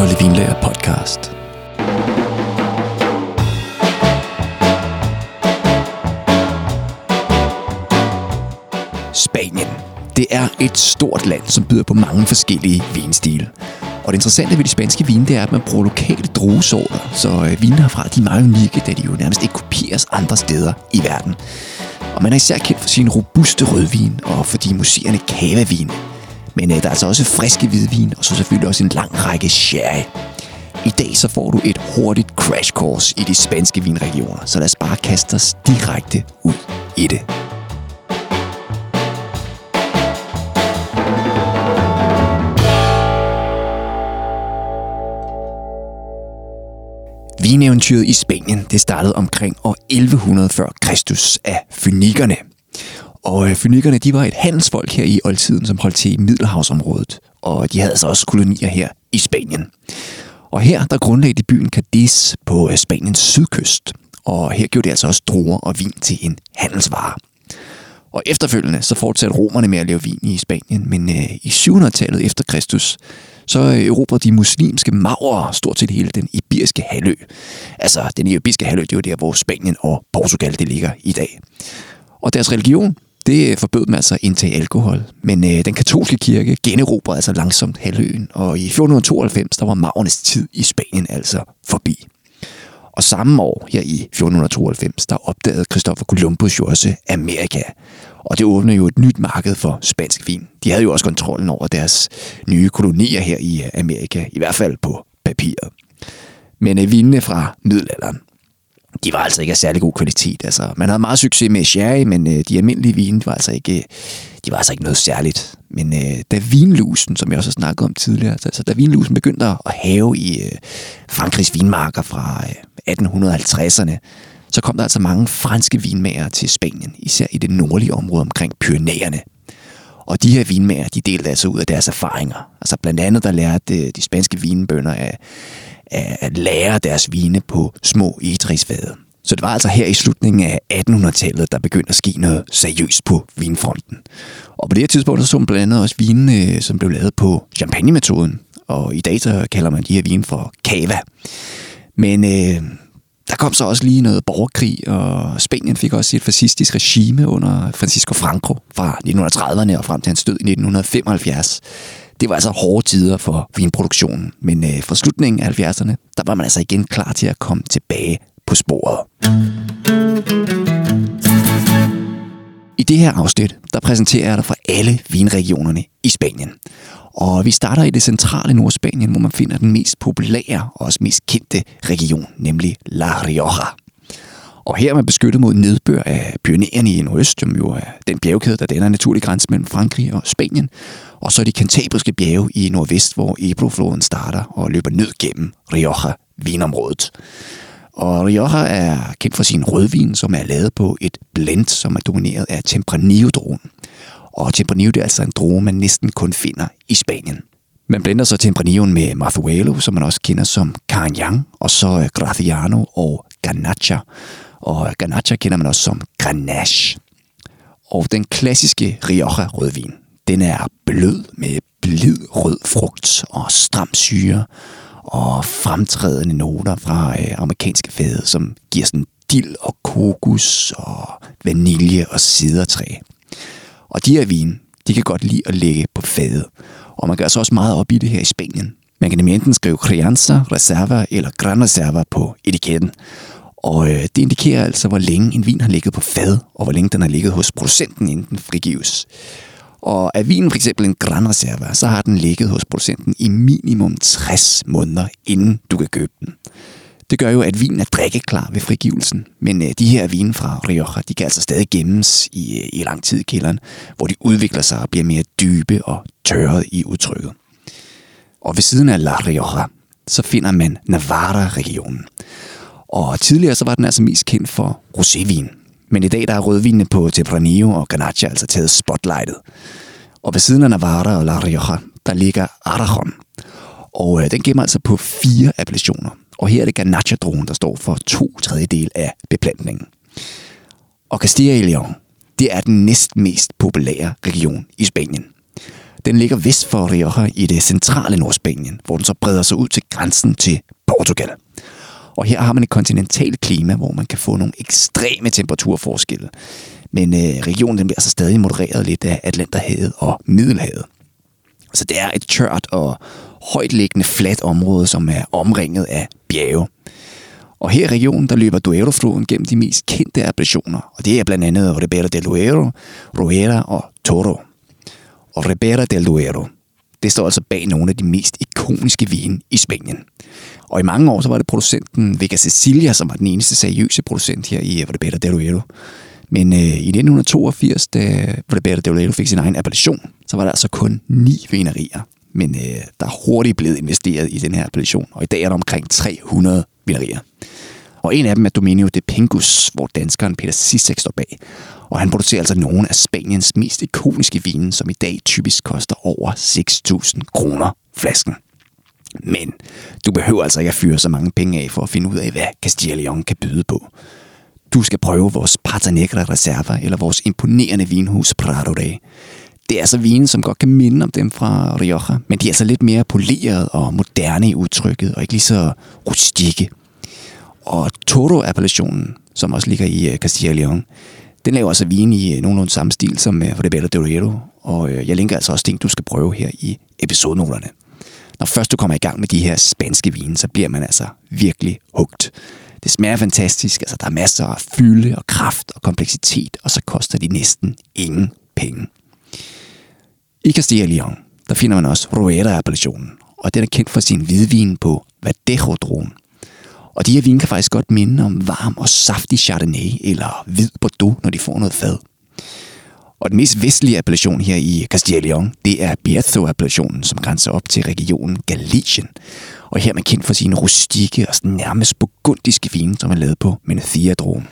Kolde Vinlager podcast. Spanien. Det er et stort land, som byder på mange forskellige vinstile. Og det interessante ved de spanske vine, det er, at man bruger lokale druesorter. Så vinene herfra, de er meget unikke, da de jo nærmest ikke kopieres andre steder i verden. Og man er især kendt for sin robuste rødvin og for de muserende cava-vine. Men der er altså også friske hvidvin, og så selvfølgelig også en lang række sherry. I dag så får du et hurtigt crash course i de spanske vinregioner, så lad os bare kaste os direkte ud i det. Vineventyret i Spanien, det startede omkring år 1100 før Kristus af fønikerne. Og fønikerne, de var et handelsfolk her i oldtiden, som holdt til i Middelhavsområdet. Og de havde altså også kolonier her i Spanien. Og her, der grundlagde de byen Cadiz på Spaniens sydkyst. Og her gjorde de altså også druer og vin til en handelsvare. Og efterfølgende, så fortsatte romerne med at lave vin i Spanien. Men i 700-tallet efter Kristus, så erobrede de muslimske maurere stort set hele den iberiske halvø. Altså, den iberiske halvø, det er jo der, hvor Spanien og Portugal det ligger i dag. Og deres religion, det forbød dem altså at indtage alkohol. Men den katolske kirke generobrede altså langsomt halvøen. Og i 1492, der var maurernes tid i Spanien altså forbi. Og samme år, her i 1492, der opdagede Christopher Columbus jo også Amerika. Og det åbnede jo et nyt marked for spansk vin. De havde jo også kontrollen over deres nye kolonier her i Amerika, i hvert fald på papiret. Men vinene fra middelalderen, de var altså ikke af særlig god kvalitet. Altså, man havde meget succes med sherry, men de almindelige vine, de var altså ikke noget særligt. Men da vinlusen, som jeg også har snakket om tidligere, altså da vinlusen begyndte at have i Frankrigs vinmarker fra 1850'erne, så kom der altså mange franske vinmager til Spanien, især i det nordlige område omkring Pyrenæerne. Og de her vinmager, de delte altså ud af deres erfaringer. Altså blandt andet, der lærte de spanske vinbønder at lære deres vine på små egetræsfade. Så det var altså her i slutningen af 1800-tallet, der begyndte at ske noget seriøst på vinfronten. Og på det her tidspunkt så man blandt andet også vine, som blev lavet på champagne-metoden. Og i dag så kalder man de her vine for cava. Men der kom så også lige noget borgerkrig, og Spanien fik også et fascistisk regime under Francisco Franco fra 1930'erne og frem til hans død i 1975. Det var altså hårde tider for vinproduktionen, men fra slutningen af 70'erne, der var man altså igen klar til at komme tilbage på sporet. I det her afsnit, der præsenterer jeg dig for alle vinregionerne i Spanien. Og vi starter i det centrale Nordspanien, hvor man finder den mest populære og også mest kendte region, nemlig La Rioja. Og her er man beskyttet mod nedbør af Pyrenæerne i nordøst, som jo er den bjergkæde, der danner en naturlig grænse mellem Frankrig og Spanien. Og så er de kantabriske bjerge i nordvest, hvor Ebro-floden starter og løber ned gennem Rioja-vinområdet. Og Rioja er kendt for sin rødvin, som er lavet på et blend, som er domineret af Tempranillo-druen. Og Tempranillo, det er altså en drue, man næsten kun finder i Spanien. Man blender så Tempranilloen med Marzuelo, som man også kender som Carignano, og så Graciano og Garnacha. Og Garnacha kender man også som Grenache. Og den klassiske Rioja-rødvin, den er blød med blid rød frugt og stram syre og fremtrædende noter fra amerikanske fade, som giver sådan dild og kokos og vanilje og cidertræ. Og de her vine, de kan godt lide at ligge på fade. Og man gør så også meget op i det her i Spanien. Man kan nemlig enten skrive Crianza, Reserva eller Gran Reserva på etiketten. Og det indikerer altså, hvor længe en vin har ligget på fad, og hvor længe den har ligget hos producenten, inden den frigives. Og er vinen for eksempel en Gran Reserva, så har den ligget hos producenten i minimum 60 måneder, inden du kan købe den. Det gør jo, at vinen er drikkeklar ved frigivelsen. Men de her vine fra Rioja, de kan altså stadig gemmes i lang tid i kælderen, hvor de udvikler sig og bliver mere dybe og tørret i udtrykket. Og ved siden af La Rioja, så finder man Navarra-regionen. Og tidligere så var den altså mest kendt for rosévin. Men i dag der er rødvinene på Tempranillo og Garnacha altså taget spotlightet. Og ved siden af Navarra og La Rioja, der ligger Aragon. Og den gemmer altså på 4 appellationer. Og her er det Garnacha-druen, der står for 2/3 af beplantningen. Og Castilla y León, det er den næstmest populære region i Spanien. Den ligger vest for Rioja i det centrale Nordspanien, hvor den så breder sig ud til grænsen til Portugal. Og her har man et kontinentalt klima, hvor man kan få nogle ekstreme temperaturforskelle. Men regionen den bliver altså stadig modereret lidt af Atlanterhavet og Middelhavet. Så det er et tørt og højtliggende fladt område, som er omringet af bjerge. Og her i regionen, der løber Duero-floden gennem de mest kendte appellationer. Og det er blandt andet Ribera del Duero, Roera og Toro. Og Ribera del Duero, det står altså bag nogle af de mest ikoniske vine i Spanien. Og i mange år, så var det producenten Vega Sicilia, som var den eneste seriøse producent her i Ribera del Duero. Men i 1982, da Ribera del Duero fik sin egen appellation, så var der altså kun 9 vinerier. Men der er hurtigt blevet investeret i den her appellation, og i dag er der omkring 300 vinerier. Og en af dem er Dominio de Pingus, hvor danskeren Peter Sisek står bag. Og han producerer altså nogle af Spaniens mest ikoniske vine, som i dag typisk koster over 6.000 kroner flasken. Men du behøver altså ikke at fyre så mange penge af for at finde ud af, hvad Castilla y León kan byde på. Du skal prøve vores Pata Negra Reserva eller vores imponerende vinhus Prado Rey. Det er altså vine, som godt kan minde om dem fra Rioja, men de er altså lidt mere poleret og moderne i udtrykket, og ikke lige så rustikke. Og Toro-appellationen, som også ligger i Castilla y León, den laver altså vine i nogenlunde samme stil som Ribera del Duero, og jeg linker altså også ting, du skal prøve her i episodenoterne. Når først du kommer i gang med de her spanske vine, så bliver man altså virkelig hugt. Det smager fantastisk, altså der er masser af fylde og kraft og kompleksitet, og så koster de næsten ingen penge. I Castilla y León, der finder man også Roera-appellationen, og den er kendt for sin hvidvin på Verdejo-druen. Og de her vine kan faktisk godt minde om varm og saftig Chardonnay eller hvid Bordeaux, når de får noget fad. Og den mest vestlige appellation her i Castilla y León, det er Bierzo-appellationen, som grænser op til regionen Galicien. Og her er man kendt for sine rustikke og nærmest burgundiske vine, som er lavet på Mencía-druen.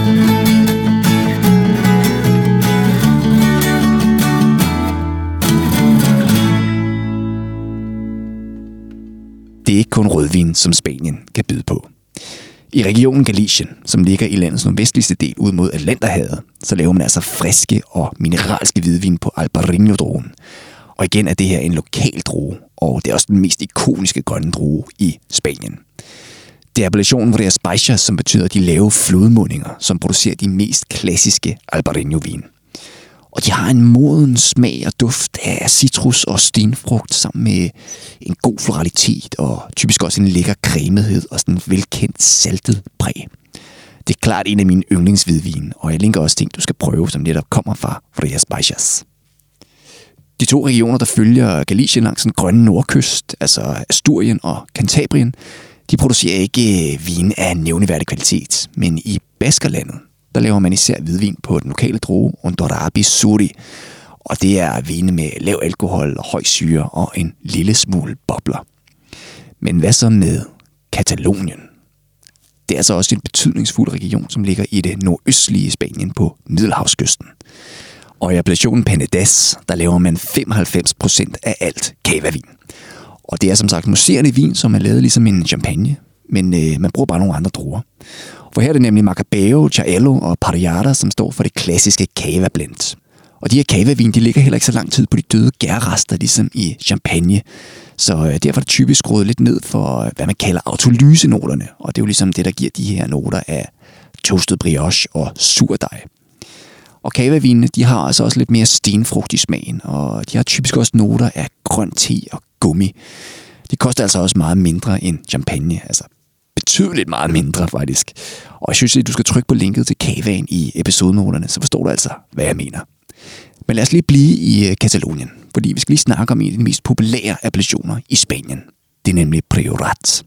Det er ikke kun rødvin, som Spanien kan byde på. I regionen Galicien, som ligger i landets nordvestligste del ud mod Atlanterhavet, så laver man altså friske og mineralske hvidvin på Albarino-druen. Og igen er det her en lokal drue, og det er også den mest ikoniske grønne drue i Spanien. Det er appellationen Rías Baixas, som betyder de lave flodmundinger, som producerer de mest klassiske Albarino-vin. Og de har en moden smag og duft af citrus og stenfrugt sammen med en god floralitet og typisk også en lækker cremethed og sådan en velkendt saltet præg. Det er klart en af mine yndlingshvidvine, og jeg linker også ting, du skal prøve, som netop kommer fra Rías Baixas. De 2 regioner, der følger Galicien langs den grønne nordkyst, altså Asturien og Cantabrien, de producerer ikke vin af nævneværdig kvalitet, men i Baskerlandet, der laver man især hvidvin på den lokale drue Hondarribia Suri, og det er vine med lav alkohol og høj syre og en lille smule bobler. Men hvad så med Katalonien? Det er altså også en betydningsfuld region, som ligger i det nordøstlige Spanien på Middelhavskysten. Og i appellationen Penedès, der laver man 95% af alt cavavin. Og det er som sagt mousserende vin, som er lavet ligesom en champagne, men man bruger bare nogle andre druer. For her er det nemlig Macabeo, Charello og Parellada, som står for det klassiske cava blend. Og de her cavavin, de ligger heller ikke så lang tid på de døde gærrester, ligesom i champagne. Så derfor er det typisk skruet lidt ned for, hvad man kalder autolysenoterne. Og det er jo ligesom det, der giver de her noter af toastet brioche og surdej. Og cavavinene, de har altså også lidt mere stenfrugt i smagen, og de har typisk også noter af grøn te og gummi. De koster altså også meget mindre end champagne, altså betydeligt meget mindre faktisk. Og jeg synes, at du skal trykke på linket til cavaen i episodenoterne, så forstår du altså, hvad jeg mener. Men lad os lige blive i Katalonien, fordi vi skal lige snakke om en af de mest populære appellationer i Spanien. Det er nemlig Priorat.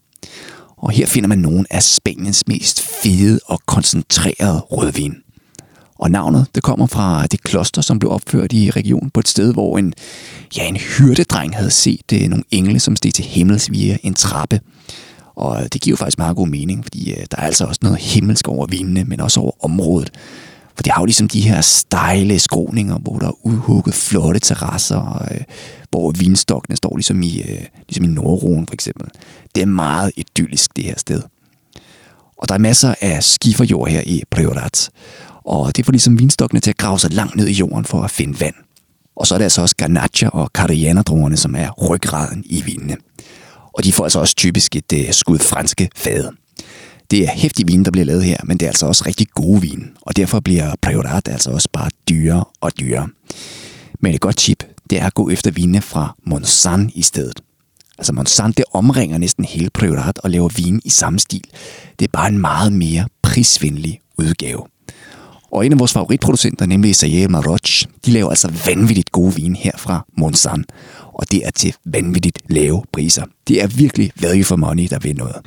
Og her finder man nogle af Spaniens mest fede og koncentrerede rødvin. Og navnet, det kommer fra det kloster, som blev opført i regionen på et sted, hvor en hyrdedreng havde set nogle engle, som steg til himmels via en trappe. Og det giver jo faktisk meget god mening, fordi der er altså også noget himmelsk over vinene, men også over området. For det har jo ligesom de her stejle skråninger, hvor der er udhugget flotte terrasser, hvor vinstokkene står ligesom i Nordroen for eksempel. Det er meget idyllisk, det her sted. Og der er masser af skiferjord her i Priorat. Og det får ligesom vinstokkene til at grave sig langt ned i jorden for at finde vand. Og så er det altså også Garnacha og Cariana-druerne, som er ryggraden i vinene. Og de får altså også typisk et skud franske fade. Det er heftig vin, der bliver lavet her, men det er altså også rigtig gode vin. Og derfor bliver Priorat altså også bare dyrere og dyrere. Men et godt tip, det er at gå efter vinene fra Monsanto i stedet. Altså Monsanto, det omringer næsten hele Priorat og laver vin i samme stil. Det er bare en meget mere prisvenlig udgave. Og en af vores favoritproducenter, nemlig Sayel Maroc, de laver altså vanvittigt gode vin her fra Monsanto. Og det er til vanvittigt lave priser. Det er virkelig value for money, der vil noget.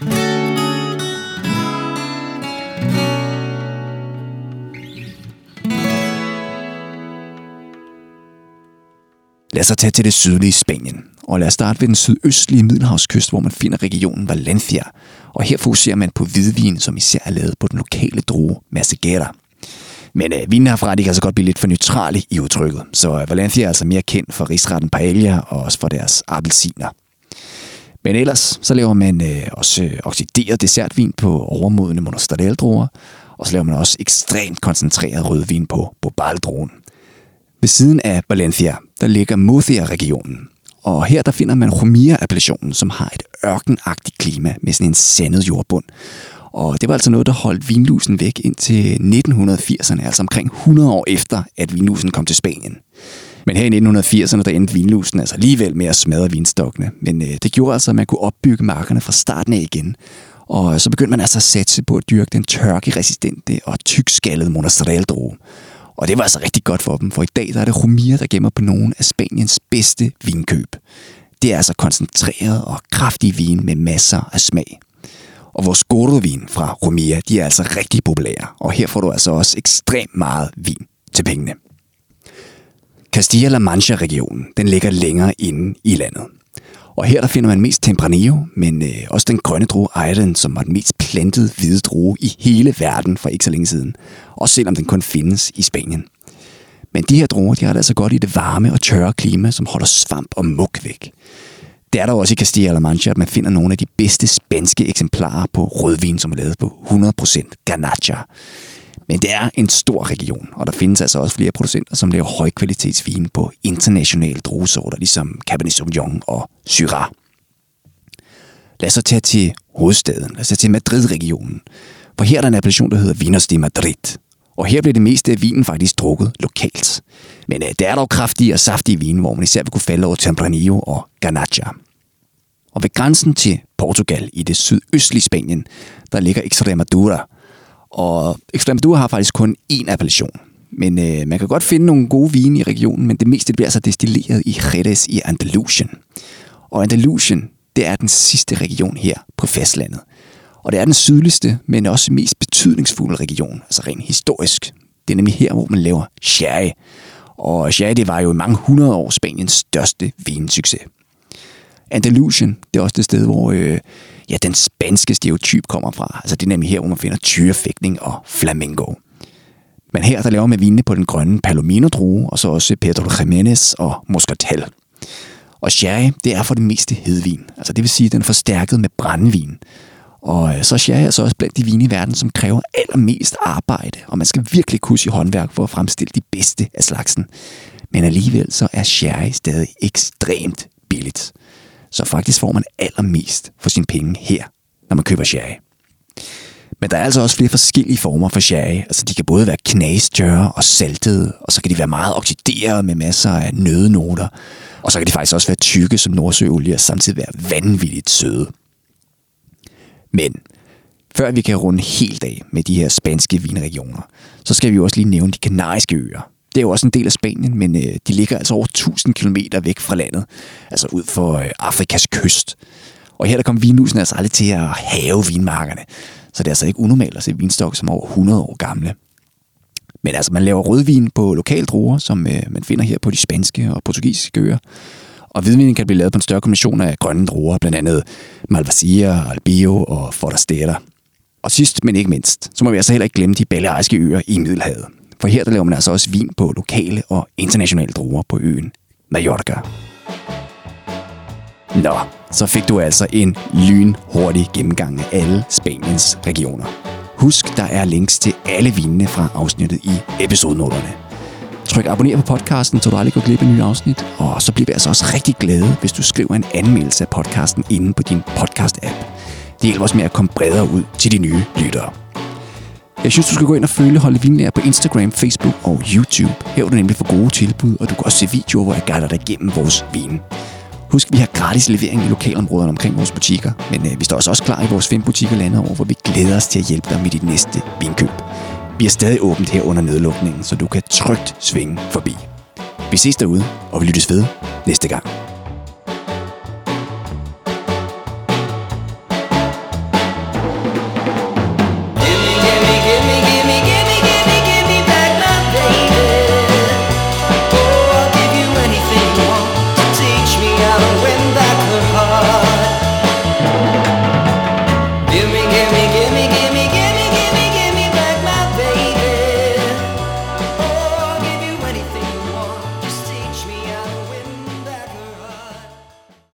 Lad os tage til det sydlige Spanien. Og lad os starte ved den sydøstlige middelhavskyst, hvor man finder regionen Valencia. Og her fokuserer man på hvidvin, som især er lavet på den lokale drue Masiguera. Men vinen herfra, de kan altså godt blive lidt for neutrale i udtrykket. Så Valencia er altså mere kendt for rigsretten paella og også for deres appelsiner. Men ellers så laver man også oxideret dessertvin på overmodne monastrell-druer. Og så laver man også ekstremt koncentreret rødvin på bobaldruen. Ved siden af Valencia, der ligger Murcia-regionen. Og her der finder man Jumilla-appellationen, som har et ørkenagtigt klima med sådan en sandet jordbund. Og det var altså noget, der holdt vinlusen væk indtil 1980'erne, altså omkring 100 år efter, at vinlusen kom til Spanien. Men her i 1980'erne, der endte vinlusen altså alligevel med at smadre vinstokkene. Men det gjorde altså, at man kunne opbygge markerne fra starten af igen. Og så begyndte man altså at satse på at dyrke den tørkeresistente og tykskallede monastrell-drue. Og det var altså rigtig godt for dem, for i dag der er det Jumilla, der gemmer på nogle af Spaniens bedste vinkøb. Det er altså koncentreret og kraftig vin med masser af smag. Og vores Gordo-vin fra Jumilla, de er altså rigtig populære, og her får du altså også ekstremt meget vin til pengene. Castilla-La Mancha-regionen, den ligger længere inde i landet. Og her der finder man mest Tempranillo, men også den grønne drue Ayren, som var den mest plantede hvide drue i hele verden for ikke så længe siden. Også selvom den kun findes i Spanien. Men de her druer, de har det altså godt i det varme og tørre klima, som holder svamp og mug væk. Det er der også i Castilla-La Mancha, at man finder nogle af de bedste spanske eksemplarer på rødvin, som er lavet på 100% Garnacha. Men det er en stor region, og der findes altså også flere producenter, som laver højkvalitetsvin på internationale druesorter, ligesom Cabernet Sauvignon og Syrah. Lad os så tage til hovedstaden, lad os tage til Madrid-regionen. For her er der en appellation, der hedder Vinos de Madrid. Og her bliver det meste af vinen faktisk drukket lokalt. Men der er dog kraftige og saftige vine, hvor man især vil kunne falde over Tempranillo og Garnacha. Og ved grænsen til Portugal i det sydøstlige Spanien, der ligger Extremadura. Og Extremadura har faktisk kun én appellation. Men man kan godt finde nogle gode vine i regionen, men det meste bliver altså destilleret i Jerez i Andalusien. Og Andalusien, det er den sidste region her på fastlandet. Og det er den sydligste, men også mest betydningsfulde region, altså rent historisk. Det er nemlig her, hvor man laver sherry. Og sherry, det var jo i mange 100 år Spaniens største vinsucces. Andalusien, det er også det sted, hvor den spanske stereotyp kommer fra. Altså det er nemlig her, hvor man finder tyrefægtning og flamenco. Men her, der laver man vinene på den grønne Palomino-drue, og så også Pedro Jiménez og Moscatel. Og sherry, det er for det meste hedvin. Altså det vil sige, at den er forstærket med brændevin. Og så er sherry altså også blandt de vine i verden, som kræver allermest arbejde, og man skal virkelig kunne i håndværk for at fremstille de bedste af slagsen. Men alligevel så er sherry stadig ekstremt billigt. Så faktisk får man allermest for sine penge her, når man køber sherry. Men der er altså også flere forskellige former for sherry. Altså de kan både være knastørre og saltede, og så kan de være meget oxideret med masser af nøddenoter. Og så kan de faktisk også være tykke som nordsøolie og samtidig være vanvittigt søde. Men før vi kan runde helt af med de her spanske vinregioner, så skal vi jo også lige nævne de kanariske øer. Det er jo også en del af Spanien, men de ligger altså over 1000 kilometer væk fra landet, altså ud for Afrikas kyst. Og her der kom vinlusen altså aldrig til at have vinmarkerne, så det er altså ikke unormalt at se vinstokke som over 100 år gamle. Men altså man laver rødvin på lokale druer, som man finder her på de spanske og portugisiske øer. Og hvidvinen kan blive lavet på en større kombination af grønne druer, blandt andet Malvasia, Albio og Forastera. Og sidst, men ikke mindst, så må vi altså heller ikke glemme de baleariske øer i Middelhavet. For her der laver man altså også vin på lokale og internationale druer på øen Mallorca. Nå, så fik du altså en lynhurtig gennemgang af alle Spaniens regioner. Husk, der er links til alle vinene fra afsnittet i episodenoterne. Tryk abonner på podcasten, så du aldrig går glip af nye afsnit. Og så bliver vi altså også rigtig glade, hvis du skriver en anmeldelse af podcasten inde på din podcast-app. Det hjælper os med at komme bredere ud til de nye lyttere. Jeg synes, du skal gå ind og følge Holde Vinlærer på Instagram, Facebook og YouTube. Her er du nemlig for gode tilbud, og du kan også se videoer, hvor jeg guider dig gennem vores vin. Husk, vi har gratis levering i lokalområderne omkring vores butikker, men vi står også klar i vores 5 butikker landet over, hvor vi glæder os til at hjælpe dig med dit næste vinkøb. Vi er stadig åbent her under nedlukningen, så du kan trygt svinge forbi. Vi ses derude, og vi lyttes ved næste gang.